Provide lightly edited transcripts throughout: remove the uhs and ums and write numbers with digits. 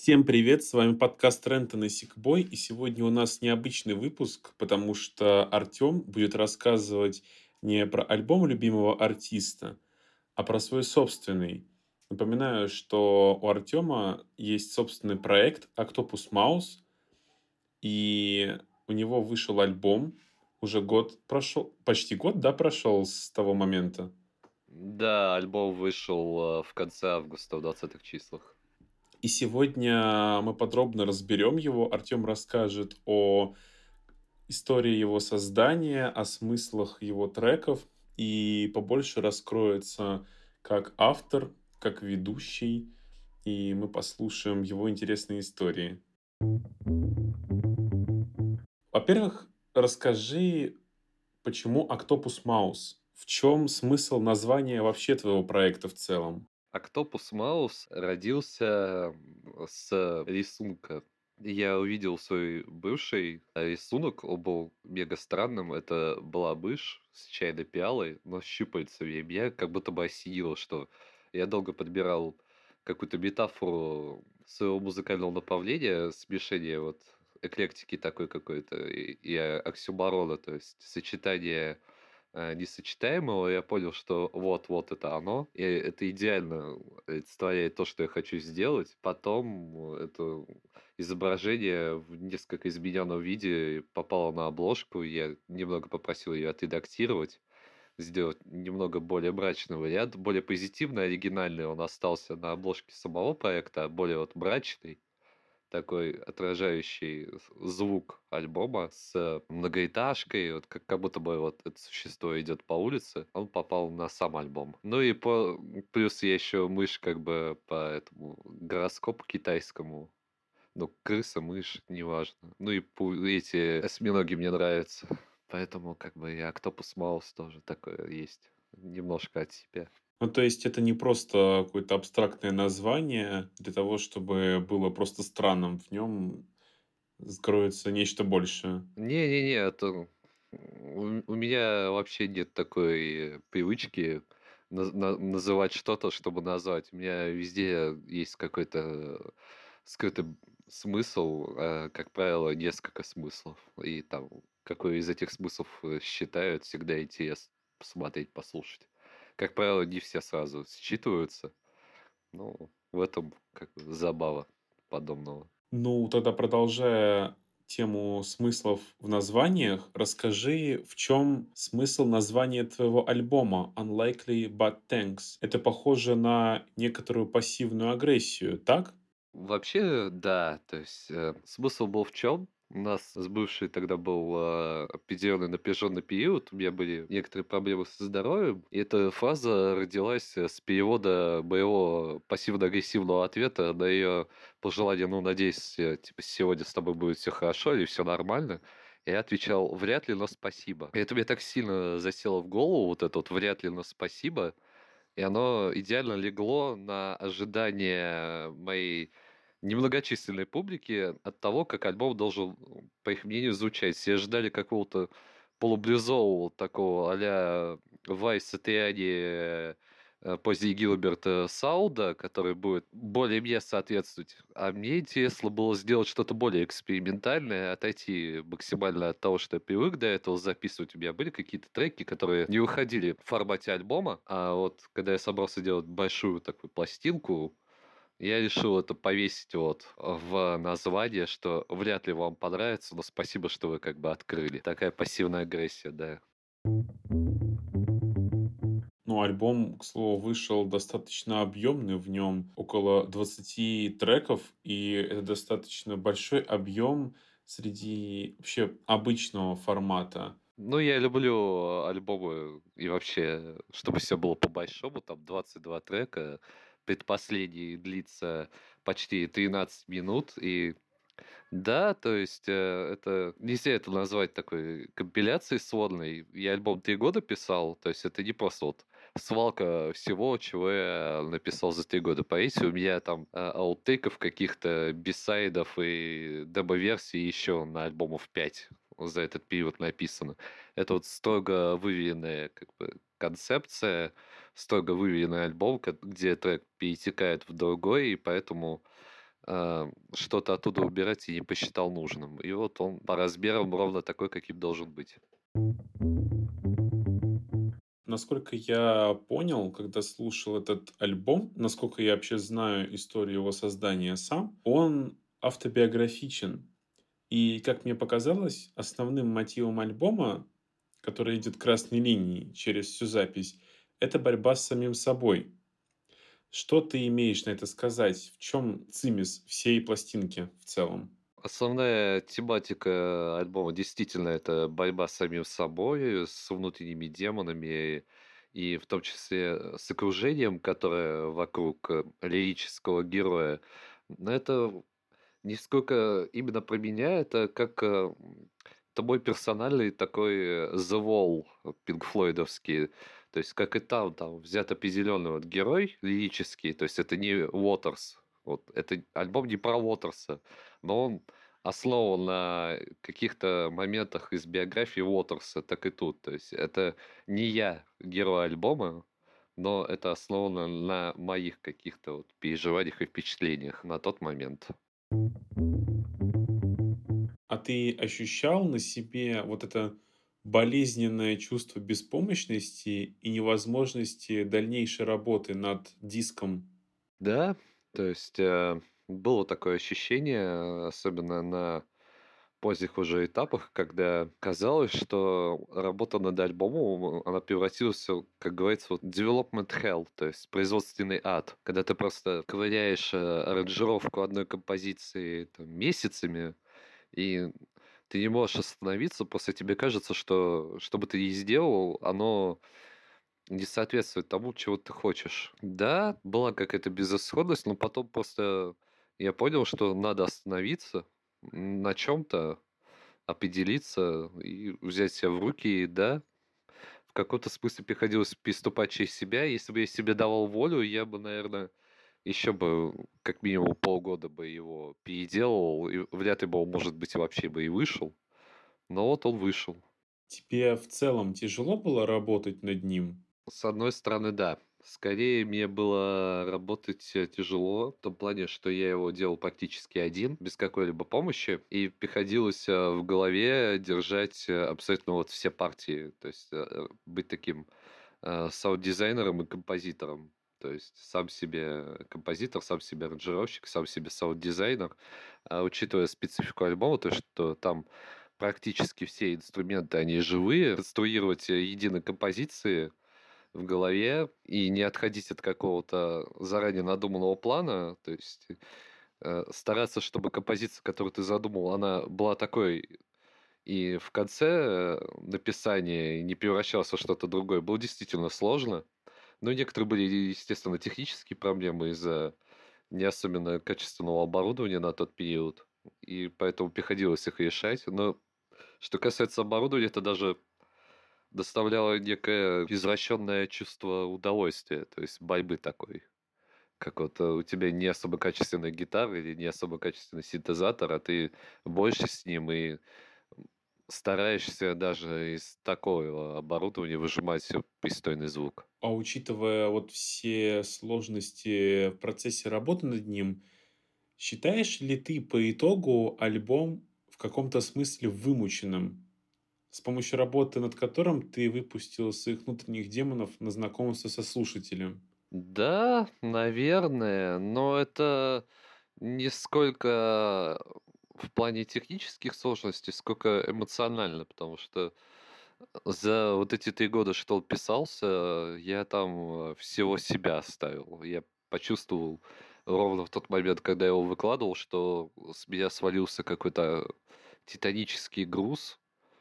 Всем привет, с вами подкаст Рентон и Сикбой, и сегодня у нас необычный выпуск, потому что Артем будет рассказывать не про альбом любимого артиста, а про свой собственный. Напоминаю, что у Артема есть собственный проект Octopus Mouse, и у него вышел альбом, уже год прошел, почти год, да, прошел с того момента. Да, альбом вышел в конце августа, в 20-х числах. И сегодня мы подробно разберем его. Артем расскажет о истории его создания, о смыслах его треков и побольше раскроется как автор, как ведущий, и мы послушаем его интересные истории. Во-первых, расскажи, почему Octopus Mouse? В чем смысл названия вообще твоего проекта в целом? Octopus Mouse родился с рисунка. Я увидел свой бывший рисунок, он был мега странным. Это была мышь с чайной пиалой, но с щупальцами. И меня как будто бы осенило, что я долго подбирал какую-то метафору своего музыкального направления, смешение вот эклектики такой какой-то и оксюморона, то есть сочетание несочетаемого, я понял, что вот это оно, и это идеально олицетворяет то, что я хочу сделать. Потом это изображение в несколько измененном виде попало на обложку, я немного попросил ее отредактировать, сделать немного более мрачный вариант, более позитивный, оригинальный он остался на обложке самого проекта, а более вот мрачный такой отражающий звук альбома с многоэтажкой, вот как будто бы вот это существо идет по улице, он попал на сам альбом. Ну и плюс я еще мышь как бы по этому гороскопу китайскому. Ну, крыса, мышь, неважно. Ну и эти осьминоги мне нравятся. Поэтому как бы и Octopus Mouse тоже такое есть. Немножко от себя. Ну, то есть это не просто какое-то абстрактное название для того, чтобы было просто странным. В нем скроется нечто большее. Не-не-не, это у меня вообще нет такой привычки называть что-то, чтобы назвать. У меня везде есть какой-то скрытый смысл, как правило, несколько смыслов. И там, какой из этих смыслов считают, всегда интересно посмотреть, послушать. Как правило, не все сразу считываются. Ну, в этом как бы забава подобного. Ну, тогда продолжая тему смыслов в названиях, расскажи, в чем смысл названия твоего альбома Unlikely But Thanks? Это похоже на некоторую пассивную агрессию, так? Вообще, да. То есть, смысл был в чем? У нас с бывшей тогда был определенный напряженный период, у меня были некоторые проблемы со здоровьем, и эта фраза родилась с перевода моего пассивно-агрессивного ответа на ее пожелание, ну, надеюсь, типа, сегодня с тобой будет все хорошо или все нормально. Я отвечал, вряд ли, но спасибо. И это мне так сильно засело в голову, вот это вот вряд ли, но спасибо, и оно идеально легло на ожидание моей немногочисленной публики от того, как альбом должен, по их мнению, звучать. Все ожидали какого-то полублюзового такого а-ля Вайс Сатриани поздней Гилберта Сауда, который будет более мне соответствовать. А мне интересно было сделать что-то более экспериментальное, отойти максимально от того, что я привык до этого записывать. У меня были какие-то треки, которые не выходили в формате альбома, а вот когда я собрался делать большую такую пластинку, я решил это повесить вот в название, что вряд ли вам понравится, но спасибо, что вы как бы открыли. Такая пассивная агрессия, да. Ну, альбом, к слову, вышел достаточно объемный, в нем около 20 треков, и это достаточно большой объем среди вообще обычного формата. Ну, я люблю альбомы и вообще, чтобы все было по-большому, там 22 трека, предпоследний длится почти 13 минут, и да, то есть это нельзя это назвать такой компиляцией сводной. Я альбом 3 года писал, то есть это не просто вот свалка всего, чего я написал за 3 года. Поверьте, у меня там аутейков каких-то, бисайдов и демо-версий еще на альбомов 5 за этот период написано. Это вот строго выверенная как бы концепция, строго выверенный альбом, где трек перетекает в другой, и поэтому что-то оттуда убирать и не посчитал нужным. И вот он по размерам ровно такой, каким должен быть. Насколько я понял, когда слушал этот альбом, насколько я вообще знаю историю его создания сам, он автобиографичен. И, как мне показалось, основным мотивом альбома, который идет красной линией через всю запись, это борьба с самим собой. Что ты имеешь на это сказать? В чем цимис всей пластинки в целом? Основная тематика альбома действительно это борьба с самим собой, с внутренними демонами и в том числе с окружением, которое вокруг лирического героя. Но это не сколько именно про меня, это как это мой персональный такой The Wall пинкфлойдовский. То есть, как и там взят определенный вот герой лирический, то есть это не Уотерс. Вот, это альбом не про Уотерса, но он основан на каких-то моментах из биографии Уотерса, так и тут. То есть это не я герой альбома, но это основано на моих каких-то вот переживаниях и впечатлениях на тот момент. А ты ощущал на себе вот это болезненное чувство беспомощности и невозможности дальнейшей работы над диском? Да, то есть, было такое ощущение, особенно на поздних уже этапах, когда казалось, что работа над альбомом, она превратилась, как говорится, вот development hell, то есть производственный ад. Когда ты просто ковыряешь, аранжировку одной композиции там месяцами, и ты не можешь остановиться, просто тебе кажется, что бы ты ни сделал, оно не соответствует тому, чего ты хочешь. Да, была какая-то безысходность, но потом просто я понял, что надо остановиться на чем-то, определиться и взять себя в руки. И да, в каком-то смысле приходилось переступать через себя. Если бы я себе давал волю, я бы, наверное, еще бы как минимум полгода бы его переделывал, и вряд ли бы он, может быть, вообще бы и вышел. Но вот он вышел. Тебе в целом тяжело было работать над ним? С одной стороны, да. Скорее, мне было работать тяжело, в том плане, что я его делал практически один, без какой-либо помощи, и приходилось в голове держать абсолютно вот все партии, то есть быть таким саунд-дизайнером и композитором. То есть сам себе композитор, сам себе аранжировщик, сам себе саунд-дизайнер. А учитывая специфику альбома, то, что там практически все инструменты, они живые, конструировать единой композиции в голове и не отходить от какого-то заранее надуманного плана, то есть стараться, чтобы композиция, которую ты задумал, она была такой и в конце написания не превращалась во что-то другое, было действительно сложно. Но некоторые были, естественно, технические проблемы из-за не особенно качественного оборудования на тот период, и поэтому приходилось их решать. Но что касается оборудования, это даже доставляло некое извращенное чувство удовольствия, то есть борьбы такой. Как вот у тебя не особо качественная гитара или не особо качественный синтезатор, а ты борешься с ним и стараешься даже из такого оборудования выжимать пристойный звук. А учитывая вот все сложности в процессе работы над ним, считаешь ли ты по итогу альбом в каком-то смысле вымученным, с помощью работы над которым ты выпустил своих внутренних демонов на знакомство со слушателем? Да, наверное, но это не сколько в плане технических сложностей, сколько эмоционально, потому что за вот эти 3 года, что он писался, я там всего себя оставил. Я почувствовал ровно в тот момент, когда я его выкладывал, что с меня свалился какой-то титанический груз.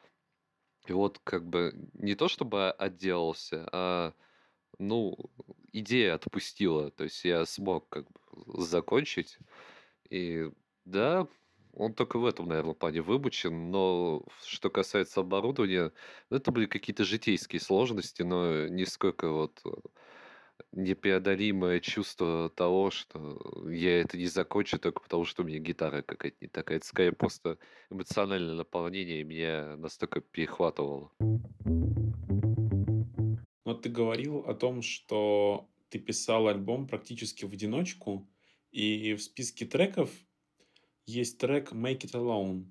И вот как бы не то чтобы отделался, а ну, идея отпустила. То есть я смог как бы закончить. И да, он только в этом, наверное, плане выбучен. Но что касается оборудования, ну, это были какие-то житейские сложности, но нисколько вот непреодолимое чувство того, что я это не закончу только потому, что у меня гитара какая-то не такая. Это скорее просто эмоциональное наполнение меня настолько перехватывало. Вот ты говорил о том, что ты писал альбом практически в одиночку, И в списке треков есть трек Make It Alone.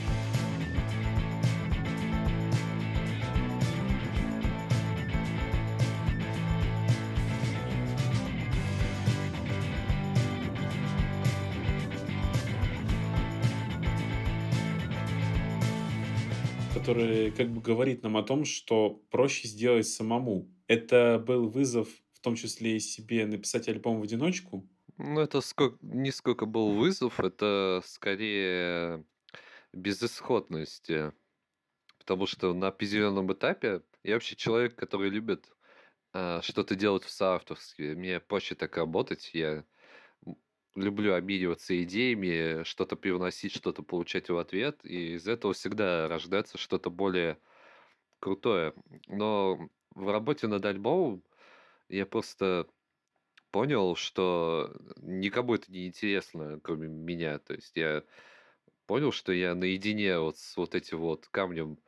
Который как бы говорит нам о том, что проще сделать самому. Это был вызов, в том числе и себе, написать альбом в одиночку. Ну, это не сколько был вызов, это скорее безысходность. Потому что на определенном этапе я вообще человек, который любит что-то делать в соавторстве. Мне проще так работать. Я люблю обмениваться идеями, что-то привносить, что-то получать в ответ. И из этого всегда рождается что-то более крутое. Но в работе над альбомом я просто понял, что никому это не интересно, кроме меня. То есть я понял, что я наедине вот с вот этим вот камнем,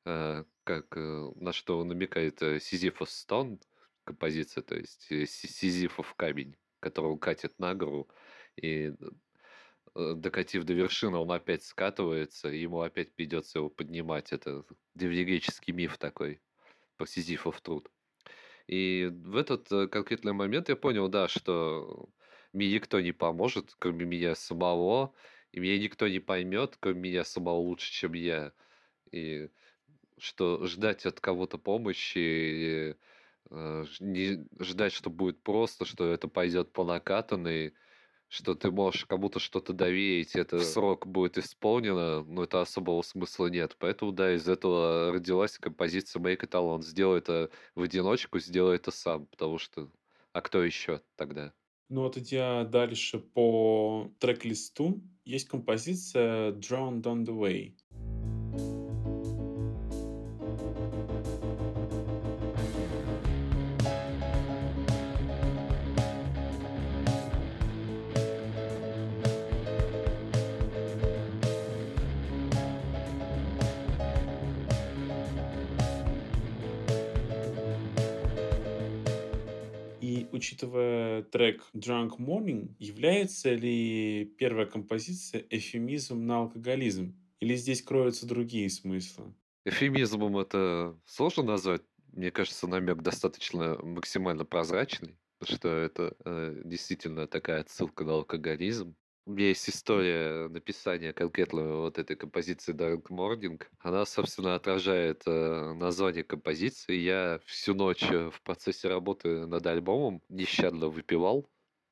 на что намекает Сизифов Stone композиция, то есть Сизифов камень, который он катит на гору, и докатив до вершины, он опять скатывается, и ему опять придется его поднимать. Это древнегреческий миф такой про Сизифов труд. И в этот конкретный момент я понял, да, что мне никто не поможет, кроме меня самого, и меня никто не поймет, кроме меня самого лучше, чем я. И что ждать от кого-то помощи, не ждать, что будет просто, что это пойдет по накатанной, что ты можешь кому-то что-то доверить, это в срок будет исполнено, но это особого смысла нет. Поэтому, да, из этого родилась композиция Make It Alone. Сделай это в одиночку, сделай это сам, потому что... А кто еще тогда? Ну вот идя дальше по трек-листу, есть композиция Drowned on the Way. И учитывая трек Drunk Morning, является ли первая композиция эвфемизмом на алкоголизм? Или здесь кроются другие смыслы? Эвфемизмом это сложно назвать. Мне кажется, намек достаточно максимально прозрачный, что это действительно такая отсылка на алкоголизм. У меня есть история написания конкретно вот этой композиции Dark Morning. Она, собственно, отражает название композиции. Я всю ночь в процессе работы над альбомом нещадно выпивал.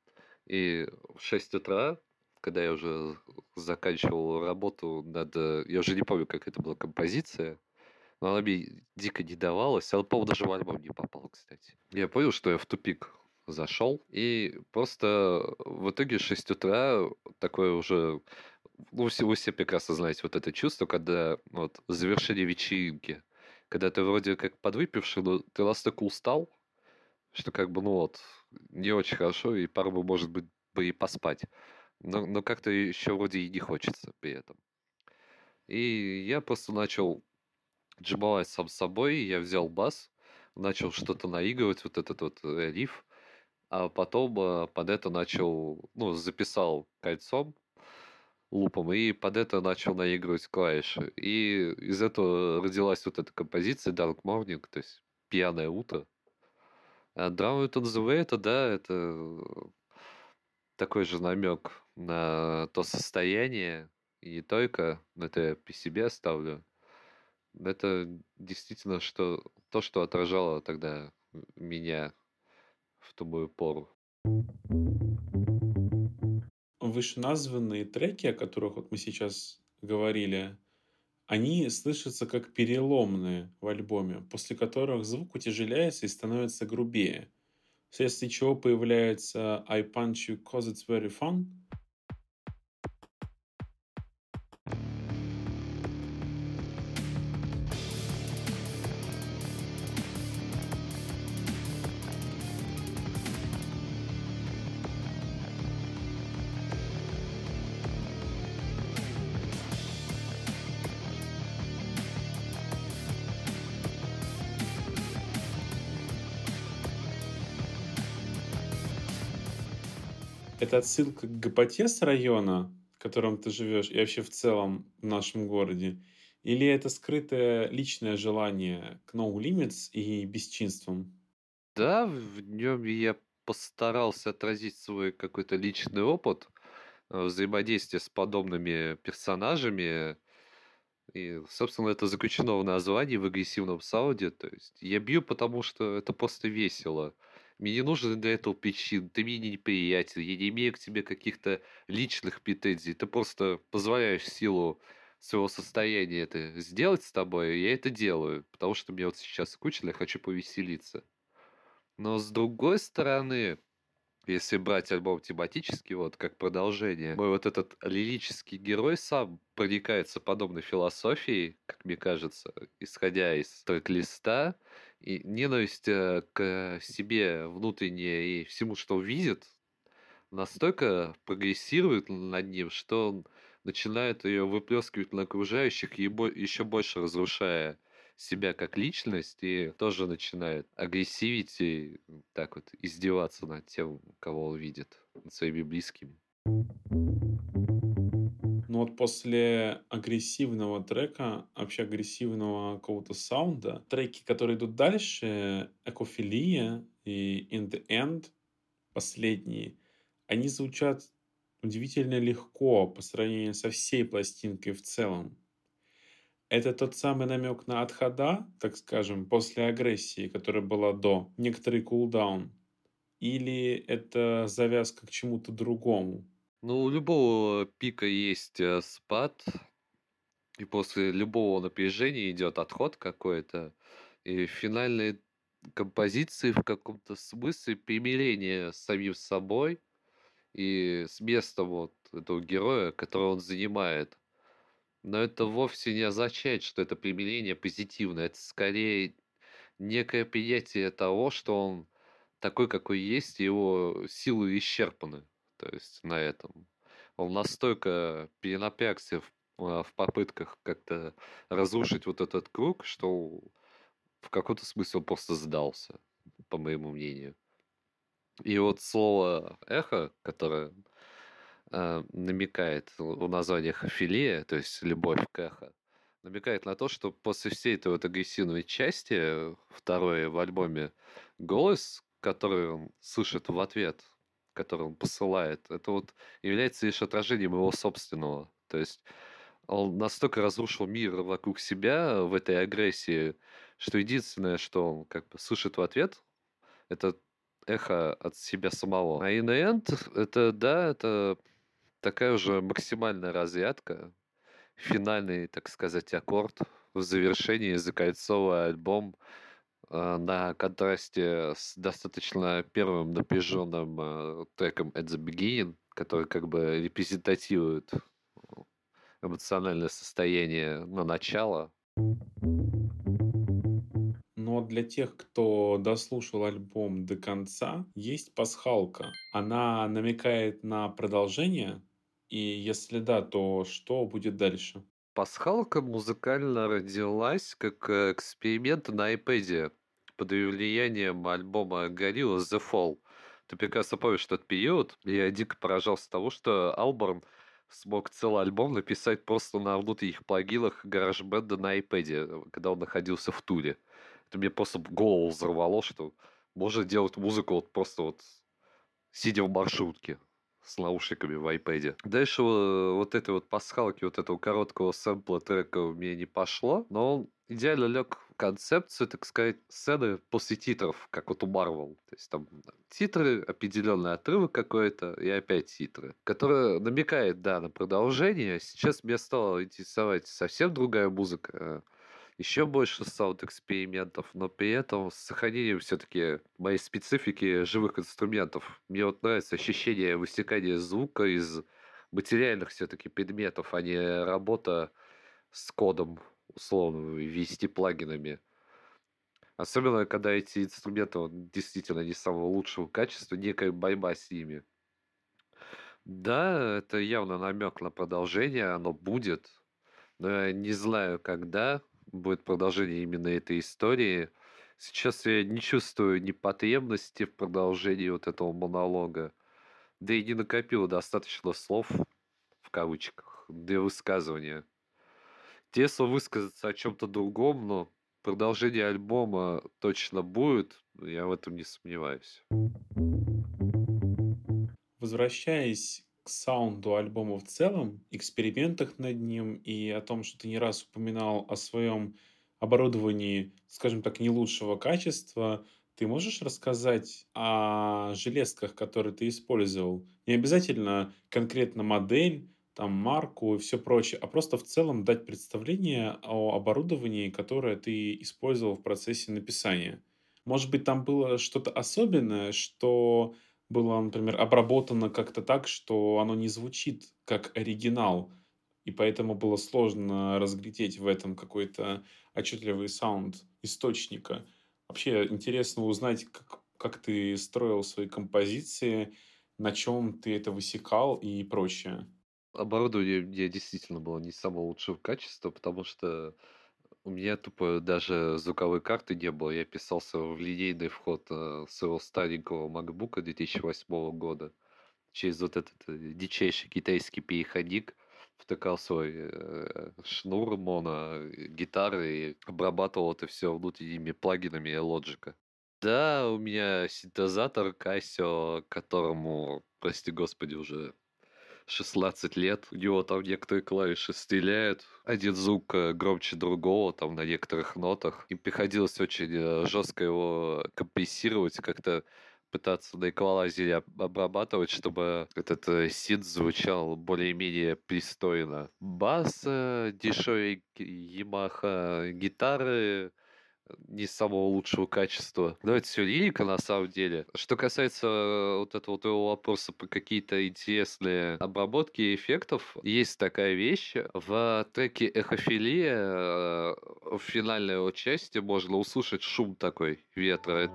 И в 6 утра, когда я уже заканчивал работу над... Я уже не помню, как это была композиция, но она мне дико не давалась. Она, по-моему, даже в альбом не попала, кстати. Я понял, что я в тупик зашел. И просто в итоге 6 утра такое уже... Ну, вы все прекрасно знаете вот это чувство, когда вот завершение вечеринки. Когда ты вроде как подвыпивший, но ты настолько устал, что как бы, ну вот, не очень хорошо, и пора бы, может быть, бы и поспать. Но как-то еще вроде и не хочется при этом. И я просто начал джимовать сам с собой, я взял бас, начал что-то наигрывать, вот этот вот риф, а потом под это начал, ну, записал кольцом, лупом, и под это начал наигрывать клавиши. И из этого родилась вот эта композиция Dark Morning, то есть пьяное утро. А Drown It on the Way, это да, это такой же намек на то состояние, и не только, но это я при себе оставлю. Это действительно то, что отражало тогда меня в ту пору. Вышеназванные треки, о которых вот мы сейчас говорили, они слышатся как переломные в альбоме, после которых звук утяжеляется и становится грубее, вследствие чего появляется I Punch You Cause It's Very Fun. Это отсылка к гопоте с района, в котором ты живешь, и вообще в целом в нашем городе? Или это скрытое личное желание к No Limits и бесчинствам? Да, в нем я постарался отразить свой какой-то личный опыт взаимодействия с подобными персонажами. И, собственно, это заключено в названии, в агрессивном саунде. То есть я бью, потому что это просто весело. Мне не нужно для этого причин. Ты мне не неприятен. Я не имею к тебе каких-то личных претензий. Ты просто позволяешь в силу своего состояния это сделать с тобой, и я это делаю, потому что мне вот сейчас скучно, я хочу повеселиться. Но с другой стороны, если брать альбом тематически, вот как продолжение, мой вот этот лирический герой сам проникается подобной философией, как мне кажется, исходя из трек-листа, и ненависть к себе внутренняя и всему, что видит, настолько прогрессирует над ним, что он начинает ее выплескивать на окружающих, и еще больше разрушая себя как личность, и тоже начинает агрессивить и так вот издеваться над тем, кого он видит, над своими близкими. Ну вот после агрессивного трека, вообще агрессивного какого-то саунда, треки, которые идут дальше, «Экофилия» и «In the End», последние, они звучат удивительно легко по сравнению со всей пластинкой в целом. Это тот самый намек на отхода, так скажем, после агрессии, которая была до, некоторый кулдаун, или это завязка к чему-то другому? Ну, у любого пика есть спад, и после любого напряжения идет отход какой-то, и финальные композиции в каком-то смысле примирение с самим собой и с местом вот этого героя, которое он занимает. Но это вовсе не означает, что это примирение позитивное. Это скорее некое принятие того, что он такой, какой есть, и его силы исчерпаны. То есть на этом. Он настолько перенапрягся в попытках как-то разрушить вот этот круг, что в каком-то смысле он просто сдался, по моему мнению. И вот слово эхо, которое намекает в названиях филия, то есть любовь к эхо, намекает на то, что после всей этой вот агрессивной части, второй в альбоме, голос, который он слышит в ответ, который он посылает, это вот является лишь отражением его собственного. То есть он настолько разрушил мир вокруг себя в этой агрессии, что единственное, что он как бы слышит в ответ, это эхо от себя самого. А in the end, это, да, это такая уже максимальная разрядка, финальный, так сказать, аккорд в завершении, закольцовывая альбом на контрасте с достаточно первым напряженным треком At the Beginning, который как бы репрезентатирует эмоциональное состояние на начало. Но для тех, кто дослушал альбом до конца, есть пасхалка. Она намекает на продолжение, и если да, то что будет дальше? Пасхалка музыкально родилась как эксперимент на iPad под влиянием альбома Gorillaz The Fall. Ты прекрасно помнишь тот период, и я дико поражался того, что Алборн смог целый альбом написать просто на внутренних плагинах GarageBand на iPad, когда он находился в туре. Это мне просто голову взорвало, что можно делать музыку вот просто вот сидя в маршрутке с наушниками в iPad. Дальше вот этой вот пасхалки, вот этого короткого сэмпла трека у меня не пошло, но он идеально лег в концепцию, так сказать, сцены после титров, как вот у Marvel. То есть там титры, определенный отрывок какой-то, и опять титры, который намекает, да, на продолжение. Сейчас меня стала интересовать совсем другая музыка, еще больше саунд-экспериментов, но при этом с сохранением все-таки моей специфики живых инструментов. Мне вот нравится ощущение высекания звука из материальных все-таки предметов, а не работа с кодом, условно, ввести плагинами. Особенно, когда эти инструменты вот, действительно не самого лучшего качества, некая борьба с ними. Да, это явно намек на продолжение, оно будет, но я не знаю, когда будет продолжение именно этой истории. Сейчас я не чувствую ни потребности в продолжении вот этого монолога. да и не накопил достаточно слов, в кавычках, для высказывания. Интересно высказаться о чем-то другом, но продолжение альбома точно будет, я в этом не сомневаюсь. Возвращаясь к саунду альбома в целом, экспериментах над ним и о том, что ты не раз упоминал о своем оборудовании, скажем так, не лучшего качества, ты можешь рассказать о железках, которые ты использовал? Не обязательно конкретно модель, там, марку и все прочее, а просто в целом дать представление о оборудовании, которое ты использовал в процессе написания. Может быть, там было что-то особенное, что было, например, обработано как-то так, что оно не звучит как оригинал, и поэтому было сложно разглядеть в этом какой-то отчетливый саунд источника. Вообще интересно узнать, как ты строил свои композиции, на чем ты это высекал и прочее. Оборудование у меня действительно было не самого лучшего качества, потому что у меня тупо даже звуковой карты не было. Я писался в линейный вход своего старенького MacBook 2008 года. Через вот этот дичайший китайский переходник втыкал свой шнур моно, гитары и обрабатывал это все внутренними плагинами Logic. Да, у меня синтезатор Casio, которому, прости господи, уже 16 лет. У него там некоторые клавиши стреляют. Один звук громче другого, там на некоторых нотах. И приходилось очень жестко его компрессировать, как-то пытаться на эквалайзере обрабатывать, чтобы этот синт звучал более-менее пристойно. Бас дешевый, Yamaha, гитары не самого лучшего качества. Но это все лирика на самом деле. Что касается вот этого вот твоего вопроса про какие-то интересные обработки эффектов, есть такая вещь. В треке «Эхофилия» в финальной его части можно услышать шум такой ветра.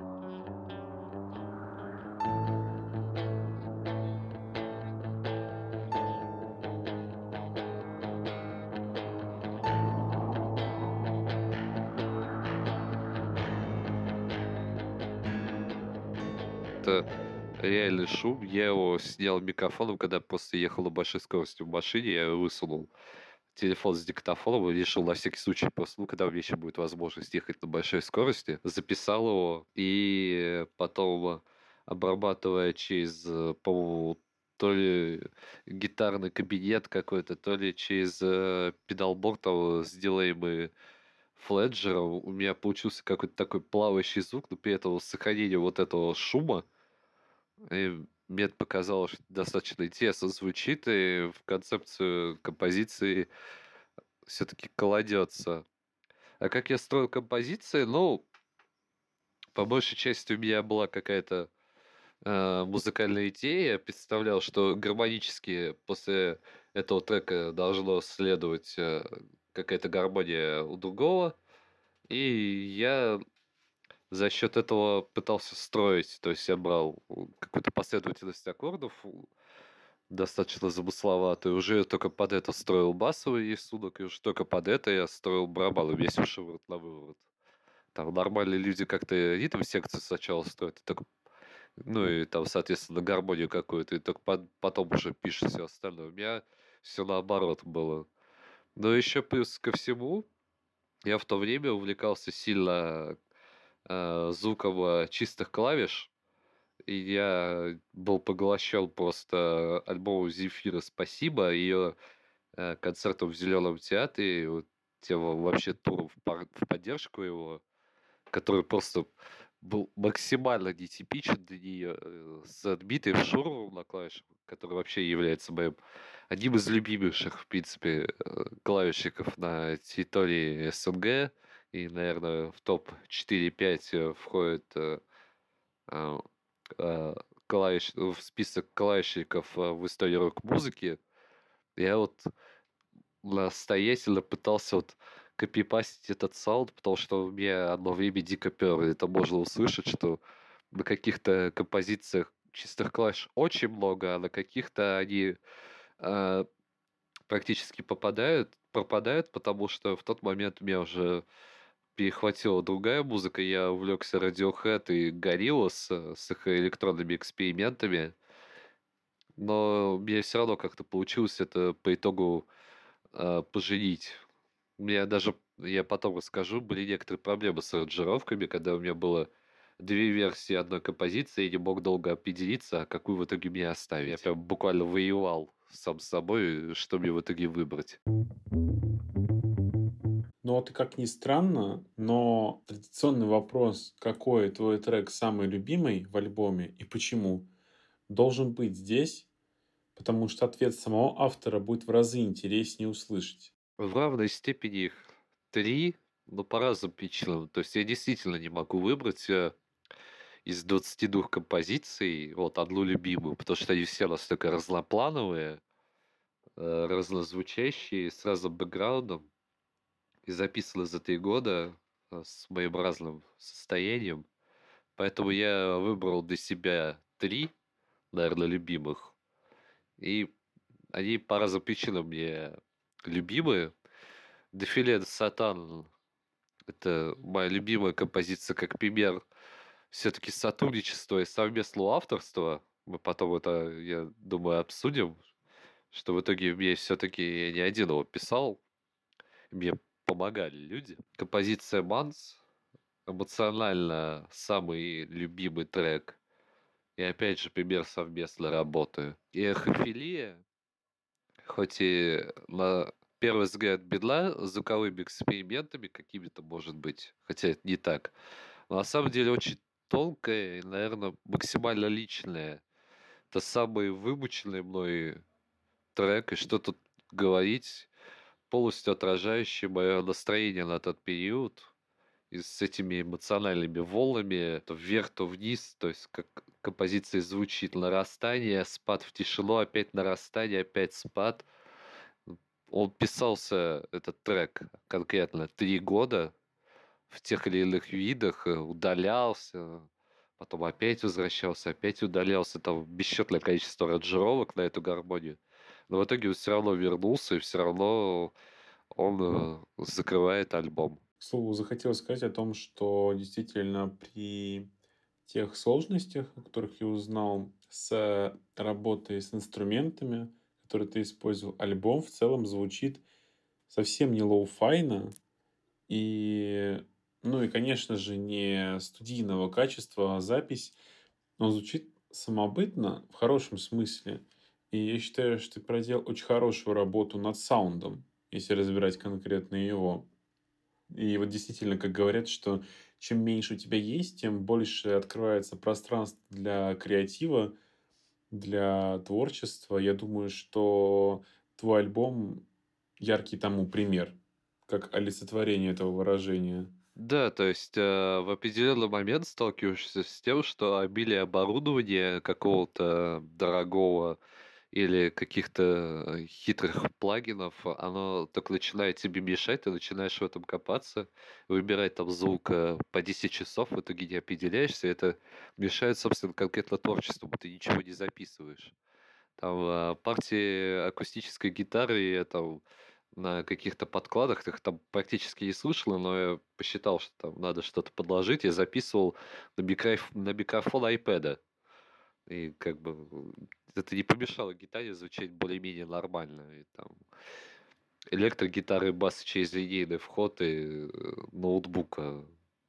Это реальный шум. Я его снял микрофоном, когда просто ехал на большой скорости в машине, я высунул телефон с диктофоном и решил на всякий случай просто, ну, когда у меня еще будет возможность ехать на большой скорости, записал его и потом, обрабатывая через, по-моему, то ли гитарный кабинет какой-то, то ли через педалборд там с дилеем и фледжером, у меня получился какой-то такой плавающий звук, но при этом с сохранением вот этого шума. И мне это показалось, что достаточно интересно звучит, и в концепцию композиции все-таки кладется. А как я строил композиции? Ну, по большей части у меня была какая-то музыкальная идея. Я представлял, что гармонически после этого трека должно следовать какая-то гармония у другого. И я за счет этого пытался строить. То есть я брал какую-то последовательность аккордов, достаточно замысловатую. Уже только под это строил басовый рисунок, и уже только под это я строил барабаны. Весь шиворот на выворот. Там нормальные люди как-то ритм-секцию сначала строят, и только, ну и там, соответственно, гармонию какую-то, и только потом уже пишешь все остальное. У меня все наоборот было. Но еще плюс ко всему, я в то время увлекался сильно звуком чистых клавиш, и я был поглощен просто альбомом Земфира «Спасибо», ее концертом в Зеленом театре, вот тем вообще туром в поддержку его, который просто был максимально нетипичен для нее, с Дмитрием Шуровым на клавишах, который вообще является моим одним из любимейших, в принципе, клавишников на территории СНГ. И, наверное, в топ 4-5 входит а, в список клавишников в истории рок-музыки. Я вот настоятельно пытался вот копипастить этот саунд, потому что мне одно время дико пёр. И это можно услышать, что на каких-то композициях чистых клавиш очень много, а на каких-то они а, практически пропадают, потому что в тот момент меня уже перехватила другая музыка. Я увлекся Radiohead и Gorillaz с их электронными экспериментами. но мне все равно как-то получилось это по итогу поженить. Я потом расскажу, были некоторые проблемы с аранжировками, когда у меня было две версии одной композиции, и не мог долго определиться, а какую в итоге мне оставить. Я прям буквально воевал сам с собой, что мне в итоге выбрать. Но вот и как ни странно, но традиционный вопрос, какой твой трек самый любимый в альбоме и почему, должен быть здесь, потому что ответ самого автора будет в разы интереснее услышать. В равной степени их три, но по разным причинам. То есть я действительно не могу выбрать из 22 композиций вот одну любимую, потому что они все настолько разноплановые, разнозвучащие, с разным бэкграундом и записаны за 3 года с моим разным состоянием. Поэтому я выбрал для себя 3, наверное, любимых. И они по разным причинам мне любимые. «Дефиле де Сатан» — это моя любимая композиция как пример все-таки сотрудничества и совместного авторства. Мы потом это, я думаю, обсудим, что в итоге мне все-таки я не один его писал, мне помогали люди. Композиция «Манс» — эмоционально самый любимый трек. И опять же пример совместной работы. И «Эхофилия», хоть и на первый взгляд бедла звуковыми экспериментами какими-то, может быть, хотя это не так, но на самом деле очень тонкая и, наверное, максимально личная. Это самый вымученный мной трек, и что тут говорить, полностью отражающий мое настроение на тот период, и с этими эмоциональными волнами, то вверх, то вниз, то есть как композиция звучит: нарастание, спад в тишину, опять нарастание, опять спад. Он писался, этот трек, конкретно 3 года в тех или иных видах, удалялся, потом опять возвращался, опять удалялся. Там бесчетное количество аранжировок на эту гармонию. Но в итоге он все равно вернулся, и все равно он закрывает альбом. К слову, захотелось сказать о том, что действительно при тех сложностях, о которых я узнал с работой с инструментами, которые ты использовал, альбом в целом звучит совсем не лоу-файно и, ну и, конечно же, не студийного качества запись. Он звучит самобытно в хорошем смысле. И я считаю, что ты проделал очень хорошую работу над саундом, если разбирать конкретно его. И вот действительно, как говорят, что чем меньше у тебя есть, тем больше открывается пространство для креатива, для творчества. Я думаю, что твой альбом яркий тому пример, как олицетворение этого выражения. Да, то есть в определенный момент сталкиваешься с тем, что обилие оборудования какого-то дорогого или каких-то хитрых плагинов, оно только начинает тебе мешать, ты начинаешь в этом копаться, выбирать там звук по 10 часов, в итоге не определяешься, это мешает, собственно, конкретно творчеству, ты ничего не записываешь. Там партии акустической гитары я там на каких-то подкладах, их там практически не слышал, но я посчитал, что там надо что-то подложить, я записывал на микрофон iPad. И как бы это не помешало гитаре звучать более-менее нормально. И там электрогитары, бас через линейный вход и ноутбука.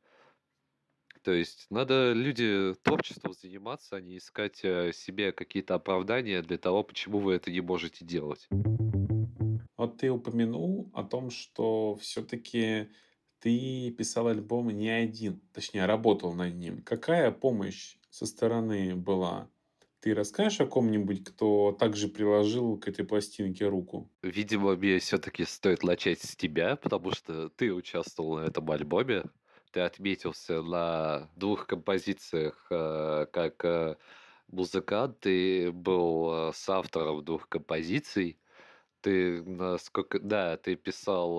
То есть надо люди творчеством заниматься, а не искать себе какие-то оправдания для того, почему вы это не можете делать. Вот ты упомянул о том, что все-таки ты писал альбом не один, точнее, работал над ним. Какая помощь со стороны была? Ты расскажешь о ком-нибудь, кто также приложил к этой пластинке руку? Видимо, мне все-таки стоит начать с тебя, потому что ты участвовал на этом альбоме. Ты отметился на двух композициях как музыкант, ты был соавтором двух композиций. Ты, насколько... Да, ты писал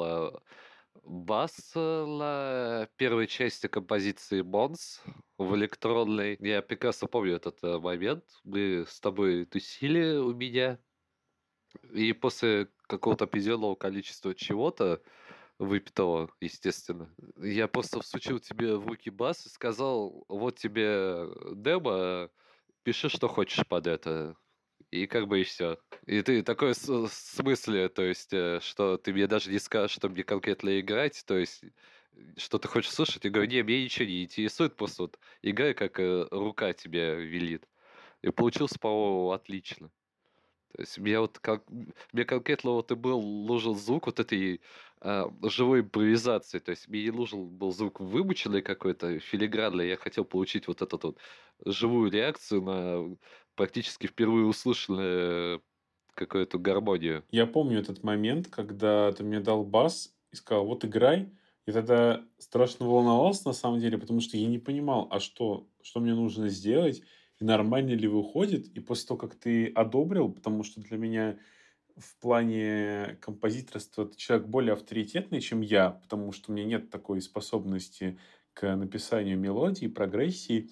бас на первой части композиции «Бонс» в электронной. Я прекрасно помню этот момент. Мы с тобой тусили у меня, и после какого-то определенного количества чего-то, выпитого, естественно, я просто всучил тебе в руки бас и сказал: вот тебе демо, пиши, что хочешь под это. И как бы и все. И ты такой в смысле, то есть, что ты мне даже не скажешь, что мне конкретно играть, то есть, что ты хочешь слушать? Я говорю: "Не, меня ничего не интересует, просто вот играй, как, рука тебе велит". И получилось, по-моему, отлично. То есть мне вот мне конкретно вот и был нужен звук вот этой, живой импровизации. То есть мне не нужен был звук вымученный какой-то, филигранный. Я хотел получить вот этот вот живую реакцию на практически впервые услышанную какую-то гармонию. Я помню этот момент, когда ты мне дал бас и сказал: "Вот играй". И тогда страшно волновался на самом деле, потому что я не понимал, а что мне нужно сделать и нормально ли выходит. И после того, как ты одобрил, потому что для меня в плане композиторства ты человек более авторитетный, чем я, потому что у меня нет такой способности к написанию мелодий, прогрессии.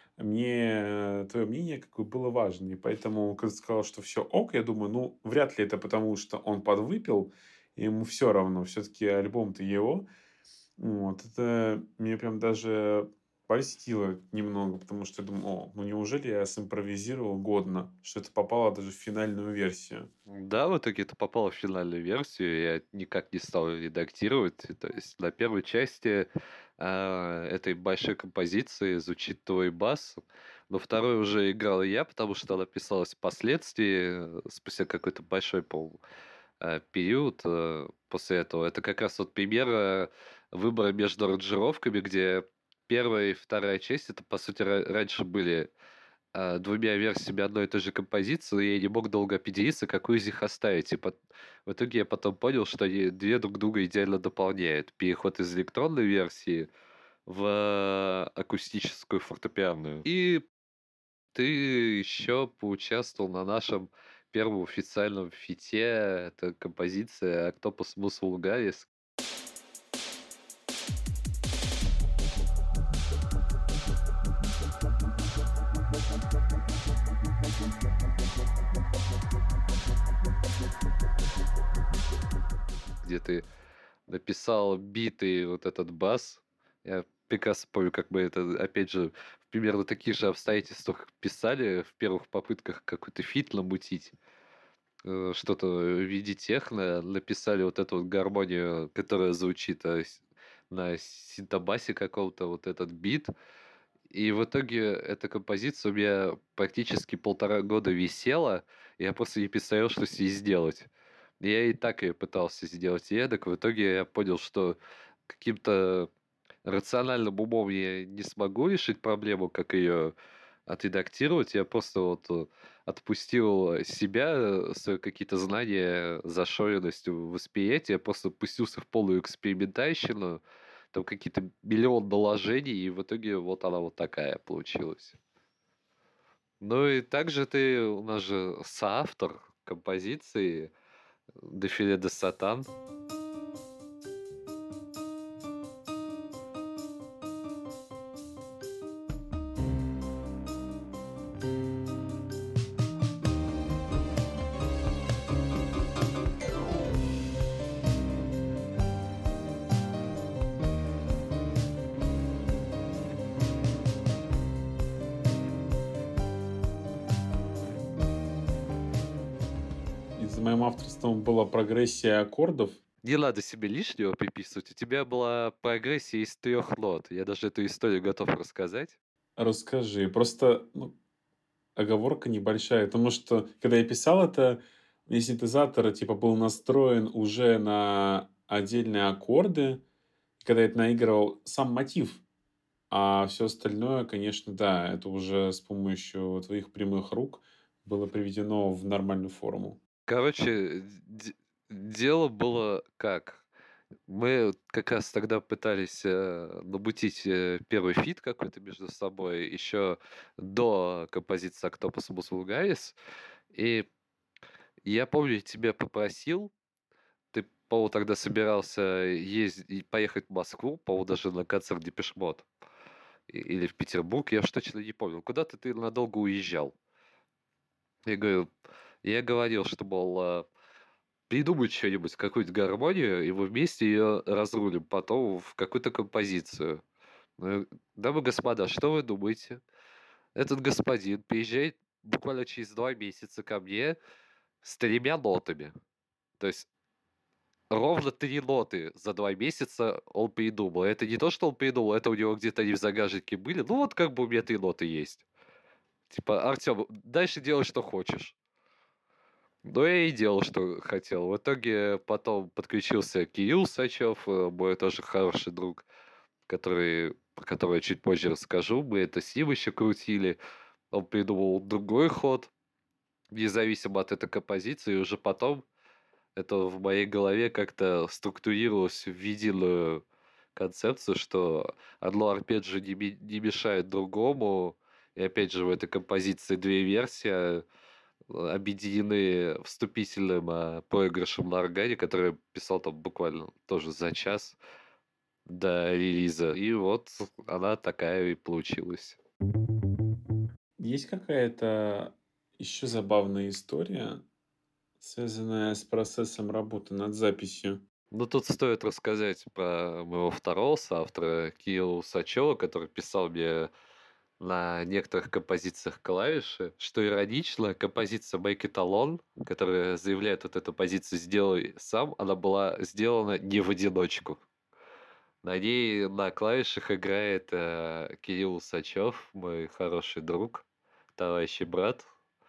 Мне твое мнение как бы было важно. И поэтому, когда ты сказал, что все ок, я думаю, ну, вряд ли это потому, что он подвыпил, и ему все равно. Все-таки альбом-то его. Вот. Это меня прям даже польстило немного, потому что я думаю: о, ну неужели я симпровизировал годно, что это попало даже в финальную версию. Да, в итоге это попало в финальную версию. Я никак не стал редактировать. То есть на первой части этой большой композиции звучит твой бас. Но второй уже играл я, потому что она писалась впоследствии, спустя какой-то большой, период после этого. Это как раз вот пример выбора между аранжировками, где первая и вторая часть, это, по сути, раньше были двумя версиями одной и той же композиции, и я не мог долго определиться, какую из них оставить. В итоге я потом понял, что они две друг друга идеально дополняют. Переход из электронной версии в акустическую фортепианную. И ты еще поучаствовал на нашем первом официальном фите. Это композиция Octopus Mus Vulgaris, где ты написал биты, вот этот бас. Я прекрасно помню, как мы это, опять же, в примерно таких же обстоятельствах писали в первых попытках какой-то фит намутить, что-то в виде техно, написали вот эту вот гармонию, которая звучит на синтобасе каком-то, вот этот бит. И в итоге эта композиция у меня практически 1,5 года висела, и я просто не представлял, что с ней сделать. Я и так ее пытался сделать эдак. В итоге я понял, что каким-то рациональным умом я не смогу решить проблему, как ее отредактировать. Я просто вот отпустил себя, свои какие-то знания, зашоренность в восприятии. Я просто пустился в полную экспериментальщину. Там какие-то миллион доложений, и в итоге вот она вот такая получилась. Ну и также ты у нас же соавтор композиции «Дефиле де Сатан». И за моим авторством была прогрессия аккордов. Не надо себе лишнего приписывать. У тебя была прогрессия из 3 нот. Я даже эту историю готов рассказать. Расскажи. Просто, ну, оговорка небольшая, потому что, когда я писал это, мне синтезатор, типа, был настроен уже на отдельные аккорды. Когда я это наигрывал, сам мотив. А все остальное, конечно, да, это уже с помощью твоих прямых рук было приведено в нормальную форму. Короче, дело было как? Мы как раз тогда пытались намутить первый фит какой-то между собой еще до композиции Octopus Bus Vulgaris. И я помню, тебя попросил, ты, по тогда собирался поехать в Москву, даже на концерт Depeche Mode. Или в Петербург, я уж точно не помню. Куда-то ты надолго уезжал. Я говорю, я говорил, что, мол, придумать что-нибудь, какую-нибудь гармонию, и мы вместе ее разрулим потом в какую-то композицию. Ну, дамы и господа, что вы думаете? Этот господин приезжает буквально через 2 месяца ко мне с 3 нотами. То есть ровно 3 ноты за 2 месяца он придумал. Это не то, что он придумал, это у него где-то они в загашнике были. Ну вот как бы у меня 3 ноты есть. Типа: "Артём, дальше делай, что хочешь". Ну, я и делал, что хотел. В итоге потом подключился Кирилл Сачёв, мой тоже хороший друг, про которого я чуть позже расскажу. Мы это с ним еще крутили. Он придумал другой ход, независимо от этой композиции. И уже потом это в моей голове как-то структурировалось в единую концепцию, что одно арпеджио не мешает другому. И опять же в этой композиции 2 версии объединены вступительным проигрышем на органе, который я писал там буквально тоже за час до релиза. И вот она такая и получилась. Есть какая-то еще забавная история, связанная с процессом работы над записью? Ну, тут стоит рассказать про моего второго соавтора Кирилла Усачева, который писал мне на некоторых композициях клавиши. Что иронично, композиция Make It Alone, которая заявляет вот эту позицию «сделай сам», она была сделана не в одиночку. На ней на клавишах играет Кирилл Усачев, мой хороший друг, товарищ и брат,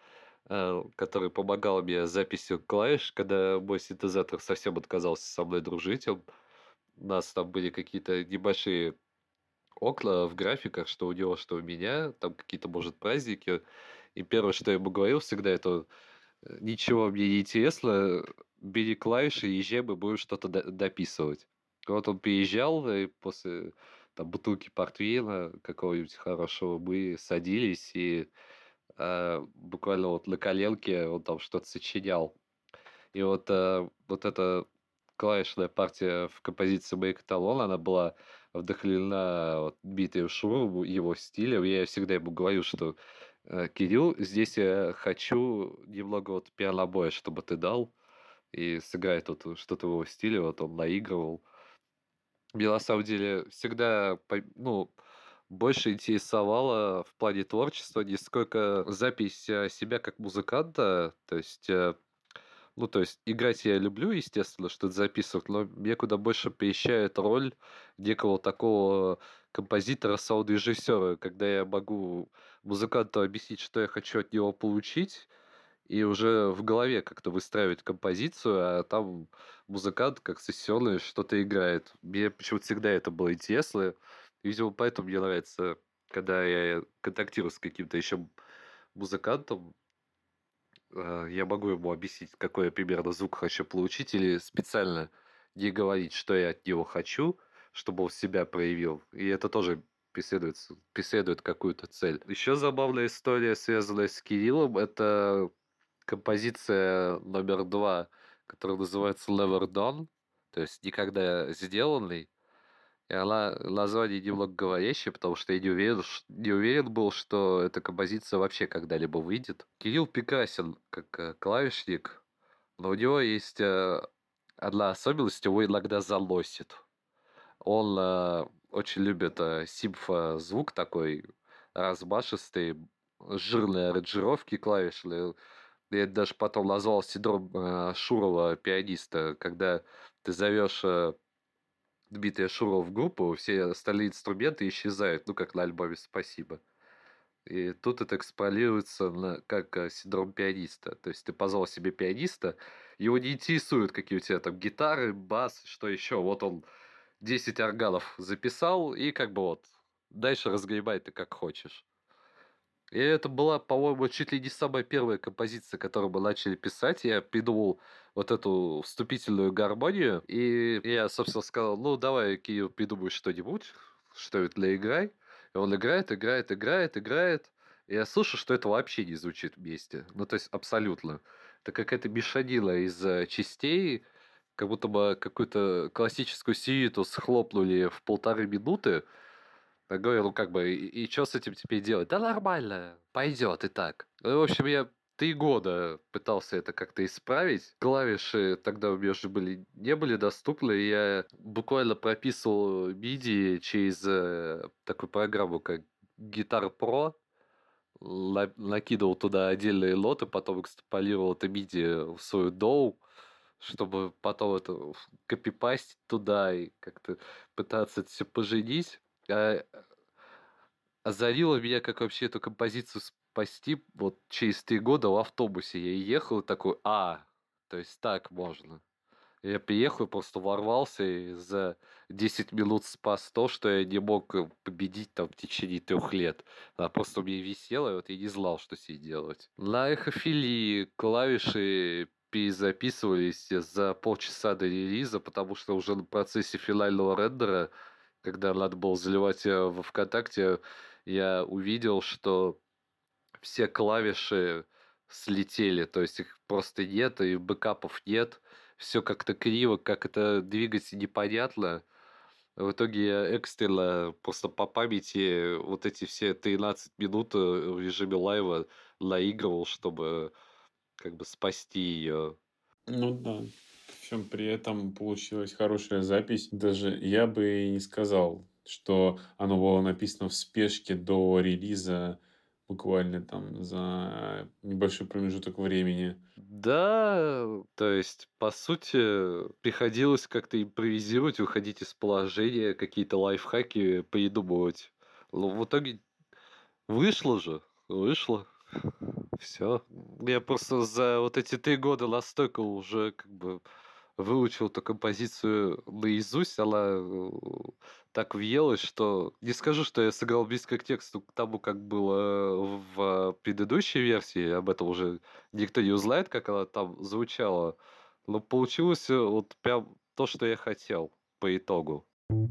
который помогал мне с записью клавиш, когда мой синтезатор совсем отказался со мной дружить. У нас там были какие-то небольшие окна в графиках, что у него, что у меня, там какие-то, может, праздники. И первое, что я ему говорил всегда, это ничего мне не интересно, бери клавиши, езжай, мы будем что-то дописывать. Вот он приезжал, и после там, бутылки портвейна какого-нибудь хорошего мы садились, и буквально вот на коленке он там что-то сочинял. И вот, вот эта клавишная партия в композиции Make It Alone, она была вдохновлена вот Дмитрием Шуровым, его стилем. Я всегда ему говорю, что Кирилл, здесь я хочу немного вот пианобоя, чтобы ты дал, и сыграет вот что-то в его стиле, вот он наигрывал. Меня на самом деле всегда, ну, больше интересовало в плане творчества не сколько запись себя как музыканта, то есть ну, то есть играть я люблю, естественно, что-то записывать, но мне куда больше прельщает роль некого такого композитора, саунд-режиссера, когда я могу музыканту объяснить, что я хочу от него получить, и уже в голове как-то выстраивать композицию, а там музыкант как сессионный что-то играет. Мне почему-то всегда это было интересно. Видимо, поэтому мне нравится, когда я контактирую с каким-то еще музыкантом, я могу ему объяснить, какой я примерно звук хочу получить, или специально не говорить, что я от него хочу, чтобы он себя проявил. И это тоже преследует какую-то цель. Еще забавная история, связанная с Кириллом, это композиция номер 2, которая называется Never Done, то есть никогда сделанный. И она название немного говорящее, потому что я не уверен был, что эта композиция вообще когда-либо выйдет. Кирилл прекрасен как клавишник, но у него есть одна особенность, его иногда заносит. Он очень любит симфо-звук такой размашистый, жирные аранжировки клавишные. Я это даже потом назвал синдром Шурова пианиста, когда ты зовешь Дмитрия Шурова в группу, все остальные инструменты исчезают, ну, как на альбоме «Спасибо». И тут это эксполируется как синдром пианиста. То есть ты позвал себе пианиста, его не интересует, какие у тебя там гитары, бас, что еще. Вот он 10 органов записал, и как бы вот дальше разгребай ты как хочешь. И это была, по-моему, чуть ли не самая первая композиция, которую мы начали писать. Я придумал вот эту вступительную гармонию. И я, собственно, сказал, ну, давай, Кирилл, придумай что-нибудь, что-нибудь наиграй. И он играет, играет, играет, играет. И я слышу, что это вообще не звучит вместе. Ну, то есть абсолютно. Это какая-то мешанина из частей, как будто бы какую-то классическую сюиту схлопнули в 1,5 минуты. Я говорю, ну как бы, и что с этим теперь делать? Да нормально, пойдет и так. Ну, в общем, я 3 года пытался это как-то исправить. Клавиши тогда у меня уже не были доступны. И я буквально прописывал MIDI через такую программу, как Guitar Pro. накидывал туда отдельные ноты, потом экстраполировал это MIDI в свою доу, чтобы потом это копипастить туда и как-то пытаться это все поженить. А, озарило меня, как вообще эту композицию спасти. Вот через 3 года в автобусе я ехал и такой, то есть так можно. Я приехал и просто ворвался и за 10 минут спас то, что я не мог победить там в течение 3 лет. Она просто у меня висела, и вот я не знал, что с ней делать. На эхофилии клавиши перезаписывались за полчаса до релиза, потому что уже на процессе финального рендера, когда надо было заливать во ВКонтакте, я увидел, что все клавиши слетели, то есть их просто нет, и бэкапов нет. Все как-то криво, как это двигать непонятно. В итоге я экстренно просто по памяти вот эти все 13 минут в режиме лайва наигрывал, чтобы как бы спасти ее. Ну да. Причем при этом получилась хорошая запись. Даже я бы и не сказал, что оно было написано в спешке до релиза буквально там за небольшой промежуток времени. Да, то есть, по сути, приходилось как-то импровизировать, выходить из положения, какие-то лайфхаки придумывать. Но в итоге вышло же, вышло. Все. Я просто за вот эти 3 года настолько уже как бы выучил эту композицию наизусть. Она так въелась, что не скажу, что я сыграл близко к тексту к тому, как было в предыдущей версии. Об этом уже никто не узнает, как она там звучала. Но получилось вот прям то, что я хотел по итогу.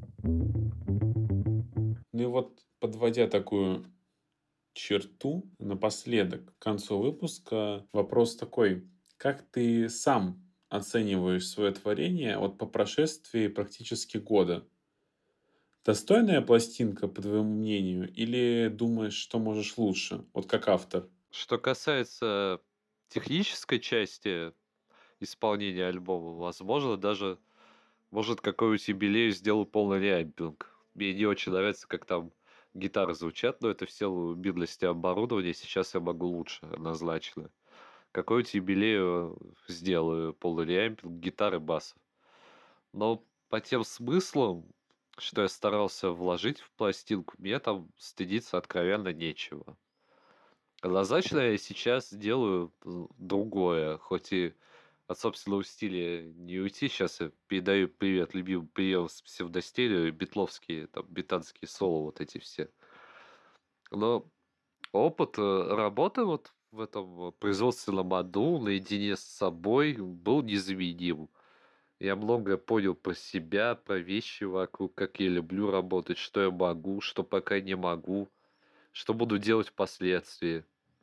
Ну и вот, подводя такую черту напоследок, к концу выпуска, вопрос такой. Как ты сам оцениваешь свое творение вот по прошествии практически года? Достойная пластинка, по твоему мнению, или думаешь, что можешь лучше? Вот как автор. Что касается технической части исполнения альбома, возможно, даже может какой-нибудь юбилей сделаю полный реампинг. Мне не очень нравится, как там гитары звучат, но это в силу бедности оборудования. Сейчас я могу лучше, однозначно. Какой-нибудь юбилею сделаю полный реампинг гитары, баса. Но по тем смыслам, что я старался вложить в пластинку, мне там стыдиться откровенно нечего. Однозначно я сейчас делаю другое, хоть и от собственного стиля не уйти. Сейчас я передаю привет любимый прием с псевдостилю, битловские, там, битанские соло, вот эти все. Но опыт работы вот в этом производственном аду наедине с собой был незаменим. Я многое понял про себя, про вещи вокруг, как я люблю работать, что я могу, что пока не могу, что буду делать впоследствии.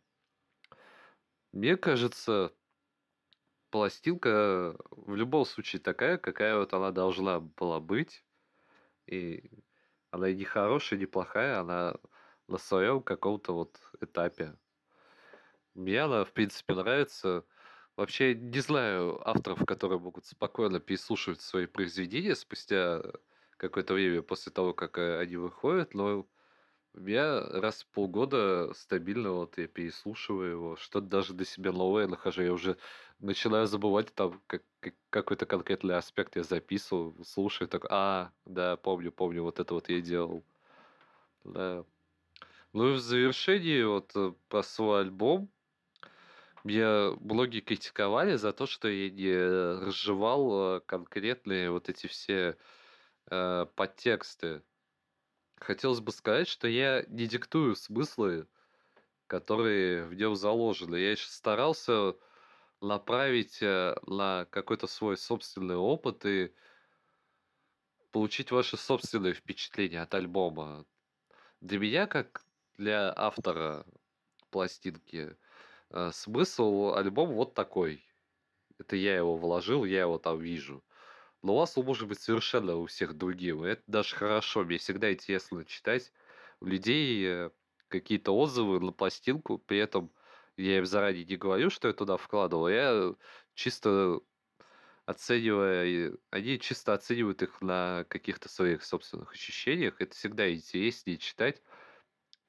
Мне кажется, пластинка в любом случае такая, какая вот она должна была быть. И она и не хорошая, не плохая, она на своем каком-то вот этапе. Мне она, в принципе, нравится. Вообще, не знаю авторов, которые могут спокойно переслушивать свои произведения спустя какое-то время после того, как они выходят, но у меня раз в полгода стабильно вот я переслушиваю его, что-то даже для себя новое нахожу. Я уже начинаю забывать там какой-то конкретный аспект я записывал, слушаю, так, да, помню, помню, вот это вот я делал. Да. Ну и в завершении вот про свой альбом. Меня многие критиковали за то, что я не разжевал конкретные вот эти все подтексты. Хотелось бы сказать, что я не диктую смыслы, которые в нем заложены. Я еще старался направить на какой-то свой собственный опыт и получить ваши собственные впечатления от альбома. Для меня, как для автора пластинки, смысл альбома вот такой. Это я его вложил, я его там вижу. Но у вас он может быть совершенно у всех другим. И это даже хорошо. Мне всегда интересно читать у людей какие-то отзывы на пластинку. При этом я им заранее не говорю, что я туда вкладывал. Я чисто оценивая, они чисто оценивают их на каких-то своих собственных ощущениях. Это всегда интереснее читать,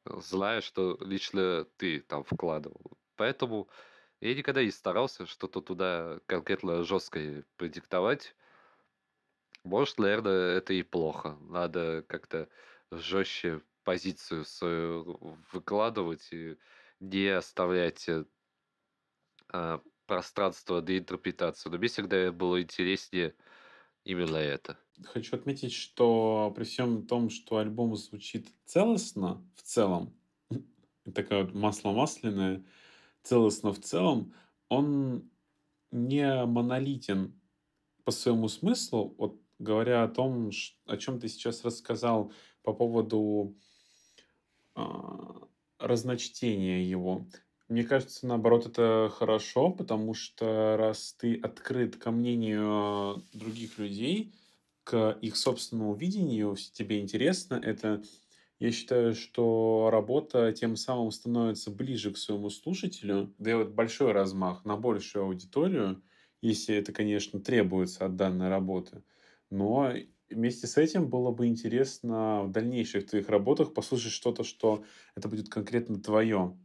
зная, что лично ты там вкладывал. Поэтому я никогда не старался что-то туда конкретно жесткое продиктовать. Может, наверное, это и плохо. Надо как-то жестче позицию свою выкладывать и не оставлять пространство для интерпретации. Но мне всегда было интереснее именно это. Хочу отметить, что при всем том, что альбом звучит целостно в целом, такая вот масло масляное, целостно в целом, он не монолитен по своему смыслу. Вот говоря о том, о чем ты сейчас рассказал по поводу а, разночтения его. Мне кажется, наоборот, это хорошо, потому что раз ты открыт ко мнению других людей, к их собственному видению, тебе интересно это, я считаю, что работа тем самым становится ближе к своему слушателю, дает большой размах на большую аудиторию, если это, конечно, требуется от данной работы. Но вместе с этим было бы интересно в дальнейших твоих работах послушать что-то, что это будет конкретно твое,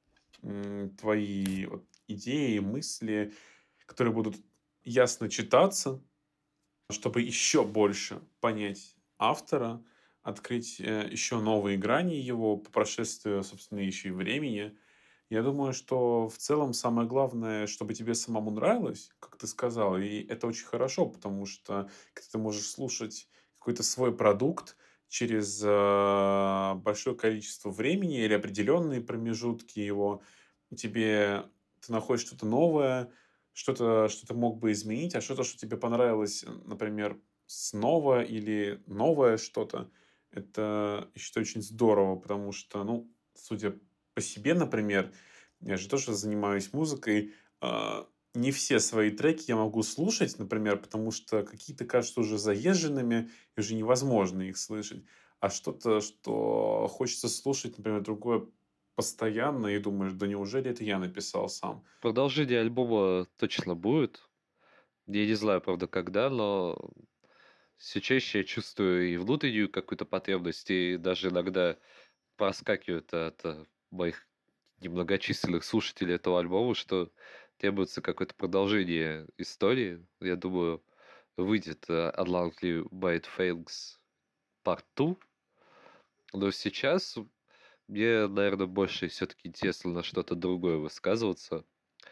твои вот идеи, мысли, которые будут ясно читаться, чтобы еще больше понять автора, открыть еще новые грани его по прошествию, собственно, еще и времени. Я думаю, что в целом самое главное, чтобы тебе самому нравилось, как ты сказал, и это очень хорошо, потому что когда ты можешь слушать какой-то свой продукт через большое количество времени или определенные промежутки его, тебе ты находишь что-то новое, что ты мог бы изменить, а что-то, что тебе понравилось, например, снова или новое что-то, это, я считаю, очень здорово, потому что, ну, судя по себе, например, я же тоже занимаюсь музыкой, не все свои треки я могу слушать, например, потому что какие-то кажутся уже заезженными, и уже невозможно их слышать. А что-то, что хочется слушать, например, другое постоянно, и думаешь, да неужели это я написал сам? Продолжение альбома точно будет. Я не знаю, правда, когда, но все чаще я чувствую и внутреннюю какую-то потребность, и даже иногда проскакивает от моих немногочисленных слушателей этого альбома, что требуется какое-то продолжение истории. Я думаю, выйдет Unlikely Bad Things Part 2. Но сейчас мне, наверное, больше все-таки интересно на что-то другое высказываться.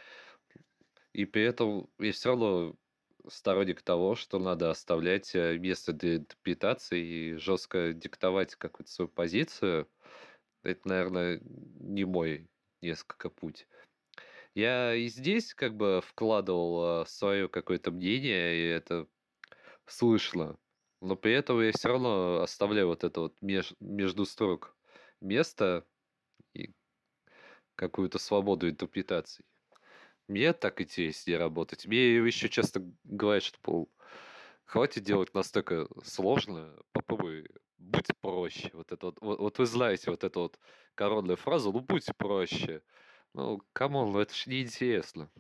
И при этом я все равно сторонник того, что надо оставлять место для интерпретации и жестко диктовать какую-то свою позицию. Это, наверное, не мой несколько путь. Я и здесь как бы вкладывал свое какое-то мнение, и это слышно. Но при этом я все равно оставляю вот это вот между строк место и какую-то свободу интерпретаций. Мне так интереснее работать. Мне еще часто говорят, что, мол, хватит делать настолько сложно, попробуй будь проще. Вот это вот вы знаете вот эту вот коронную фразу, ну будь проще. Ну, камон, ну это ж неинтересно.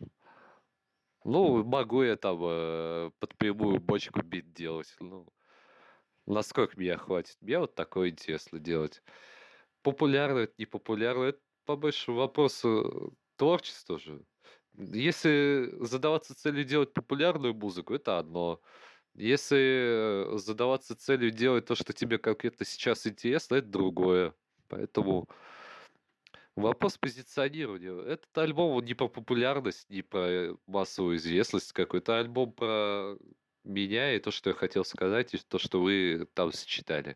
Ну, могу я там под прямую бочку бит делать. Ну, насколько меня хватит? Мне вот такое интересно делать. Популярно это, не популярно, это по большому вопросу творчества же. Если задаваться целью делать популярную музыку, это одно. Если задаваться целью делать то, что тебе конкретно сейчас интересно, это другое. Поэтому вопрос позиционирования. Этот альбом он не про популярность, не про массовую известность какой-то. Альбом про меня и то, что я хотел сказать, и то, что вы там сочетали.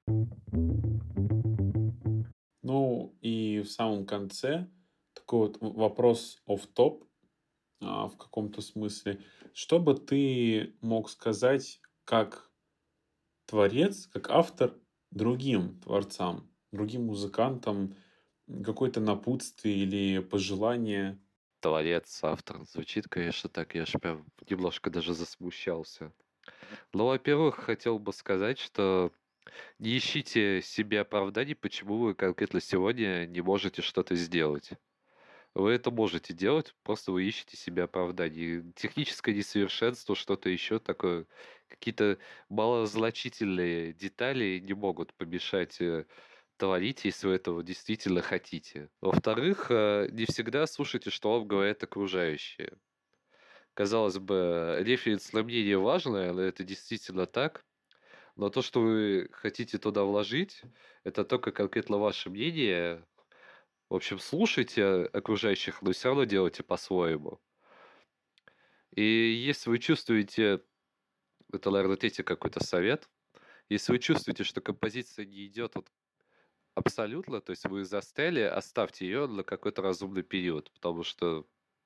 Ну, и в самом конце такой вот вопрос офф-топ, в каком-то смысле. Что бы ты мог сказать как творец, как автор другим творцам, другим музыкантам, какое-то напутствие или пожелание? Творец, автор. Звучит, конечно, так. Я ж прям немножко даже засмущался. Ну, во-первых, хотел бы сказать, что не ищите себе оправданий, почему вы конкретно сегодня не можете что-то сделать. Вы это можете делать, просто вы ищете себе оправданий. Техническое несовершенство, что-то еще такое, какие-то малозначительные детали не могут помешать творить, если вы этого действительно хотите. Во-вторых, не всегда слушайте, что вам говорят окружающие. Казалось бы, референсное мнение важное, но это действительно так. Но то, что вы хотите туда вложить, это только конкретно ваше мнение. В общем, слушайте окружающих, но все равно делайте по-своему. И если вы чувствуете, это, наверное, третий какой-то совет, если вы чувствуете, что композиция не идет вот абсолютно, то есть вы застряли, оставьте ее на какой-то разумный период, потому что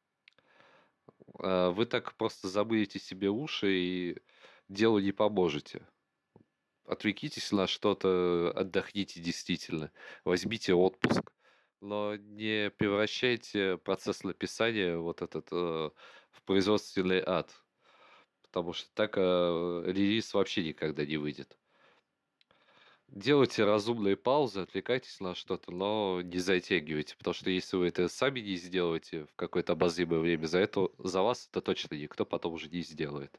вы так просто забудете себе уши и делу не поможете. Отвлекитесь на что-то, отдохните действительно, возьмите отпуск, но не превращайте процесс написания вот этот в производственный ад, потому что так релиз вообще никогда не выйдет. Делайте разумные паузы, отвлекайтесь на что-то, но не затягивайте, потому что если вы это сами не сделаете в какое-то обозримое время, за вас это точно никто потом уже не сделает.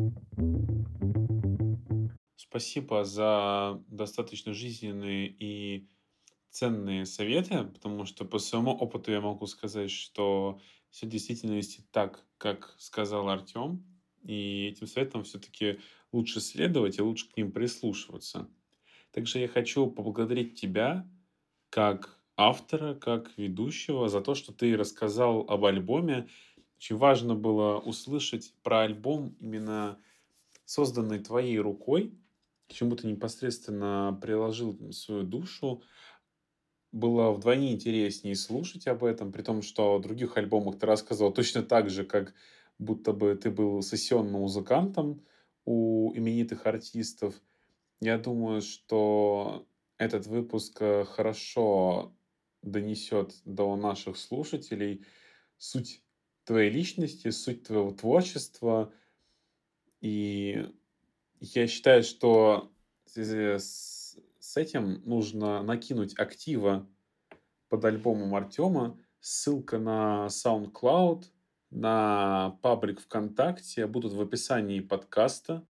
Спасибо за достаточно жизненные и ценные советы, потому что по своему опыту я могу сказать, что все в действительности так, как сказал Артем, и этим советам все-таки лучше следовать и лучше к ним прислушиваться. Также я хочу поблагодарить тебя как автора, как ведущего за то, что ты рассказал об альбоме. Очень важно было услышать про альбом именно созданный твоей рукой, к чему ты непосредственно приложил свою душу. Было вдвойне интереснее слушать об этом, при том, что о других альбомах ты рассказывал точно так же, как будто бы ты был сессионным музыкантом у именитых артистов. Я думаю, что этот выпуск хорошо донесет до наших слушателей суть твоей личности, суть твоего творчества. И я считаю, что в связи с этим нужно накинуть актива под альбомом Артема. Ссылка на SoundCloud, на паблик ВКонтакте будут в описании подкаста.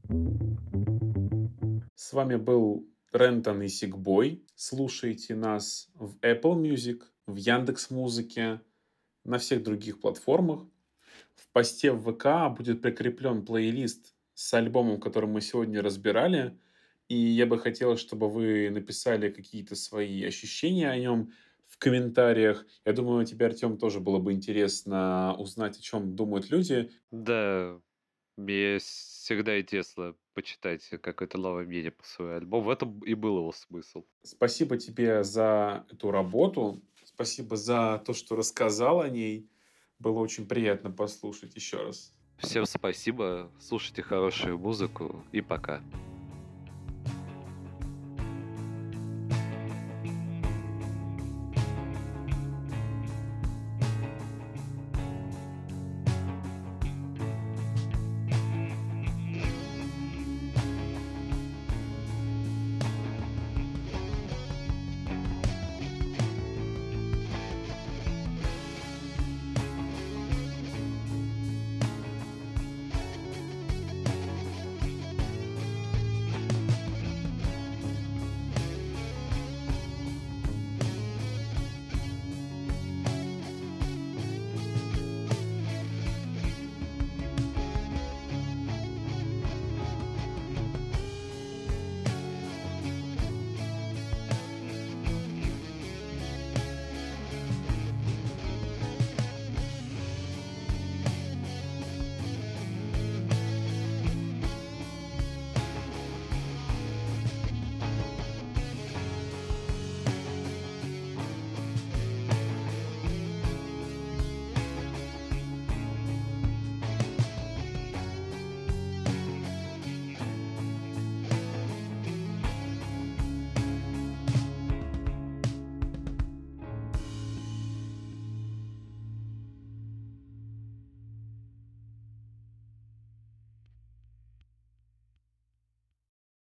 С вами был Рентон и Сикбой. Слушайте нас в Apple Music, в Яндекс.Музыке, на всех других платформах. В посте в ВК будет прикреплен плейлист с альбомом, который мы сегодня разбирали. И я бы хотел, чтобы вы написали какие-то свои ощущения о нем в комментариях. Я думаю, тебе, Артем, тоже было бы интересно узнать, о чем думают люди. Да, мне всегда интересно почитать какое-то новое мнение по своему альбому. В этом и был его смысл. Спасибо тебе за эту работу. Спасибо за то, что рассказал о ней. Было очень приятно послушать еще раз. Всем спасибо, слушайте хорошую музыку и пока.